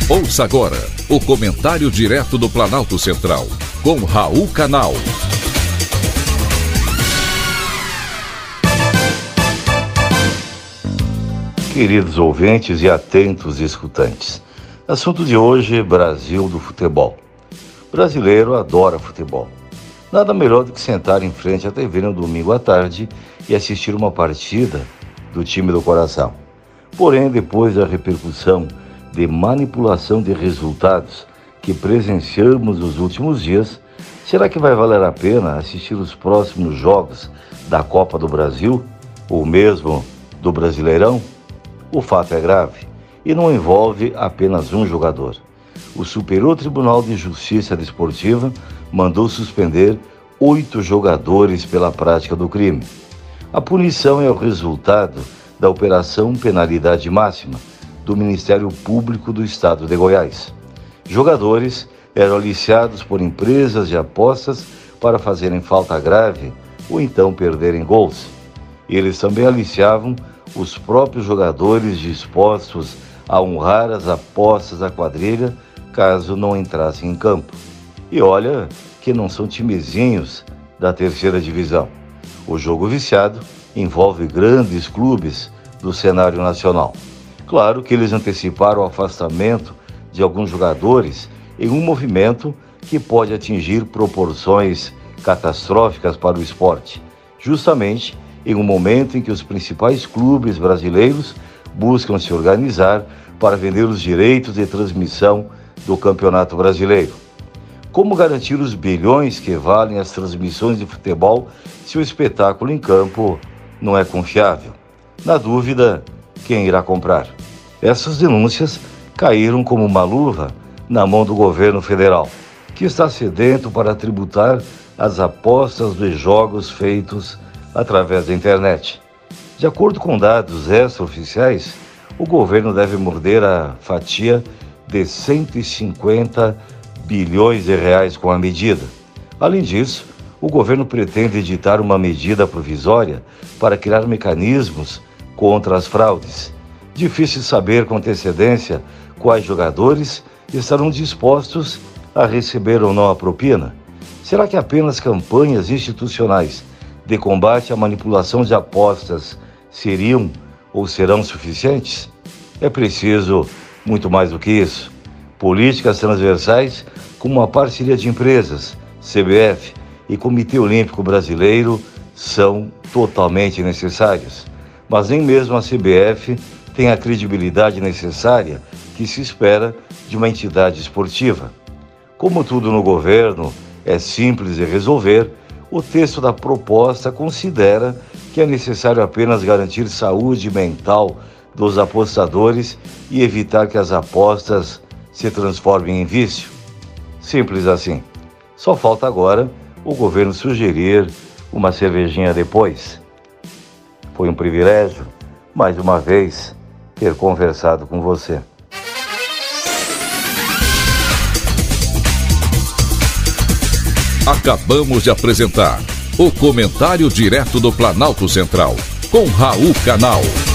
Ouça agora o comentário direto do Planalto Central, com Raul Canal. Queridos ouvintes e atentos escutantes, assunto de hoje: Brasil do futebol. O brasileiro adora futebol. Nada melhor do que sentar em frente à TV no domingo à tarde e assistir uma partida do time do coração. Porém, depois da repercussão de manipulação de resultados que presenciamos nos últimos dias, será que vai valer a pena assistir os próximos jogos da Copa do Brasil, ou mesmo do Brasileirão? O fato é grave e não envolve apenas um jogador. O Superior Tribunal de Justiça Desportiva mandou suspender 8 jogadores pela prática do crime. A punição é o resultado da Operação Penalidade Máxima do Ministério Público do Estado de Goiás. Jogadores eram aliciados por empresas de apostas para fazerem falta grave ou então perderem gols. Eles também aliciavam os próprios jogadores dispostos a honrar as apostas da quadrilha caso não entrassem em campo. E olha que não são timezinhos da terceira divisão. O jogo viciado envolve grandes clubes do cenário nacional. Claro que eles anteciparam o afastamento de alguns jogadores em um movimento que pode atingir proporções catastróficas para o esporte, justamente em um momento em que os principais clubes brasileiros buscam se organizar para vender os direitos de transmissão do Campeonato Brasileiro. Como garantir os bilhões que valem as transmissões de futebol se o espetáculo em campo não é confiável? Na dúvida, quem irá comprar? Essas denúncias caíram como uma luva na mão do governo federal, que está sedento para tributar as apostas dos jogos feitos através da internet. De acordo com dados extraoficiais, o governo deve morder a fatia de 150 bilhões de reais com a medida. Além disso, o governo pretende editar uma medida provisória para criar mecanismos contra as fraudes. Difícil saber com antecedência quais jogadores estarão dispostos a receber ou não a propina. Será que apenas campanhas institucionais de combate à manipulação de apostas seriam ou serão suficientes? É preciso muito mais do que isso. Políticas transversais como uma parceria de empresas, CBF e Comitê Olímpico Brasileiro são totalmente necessárias. Mas nem mesmo a CBF tem a credibilidade necessária que se espera de uma entidade esportiva. Como tudo no governo é simples de resolver, o texto da proposta considera que é necessário apenas garantir saúde mental dos apostadores e evitar que as apostas se transformem em vício. Simples assim. Só falta agora o governo sugerir uma cervejinha depois. Foi um privilégio, mais uma vez, ter conversado com você. Acabamos de apresentar o comentário direto do Planalto Central, com Raul Canal.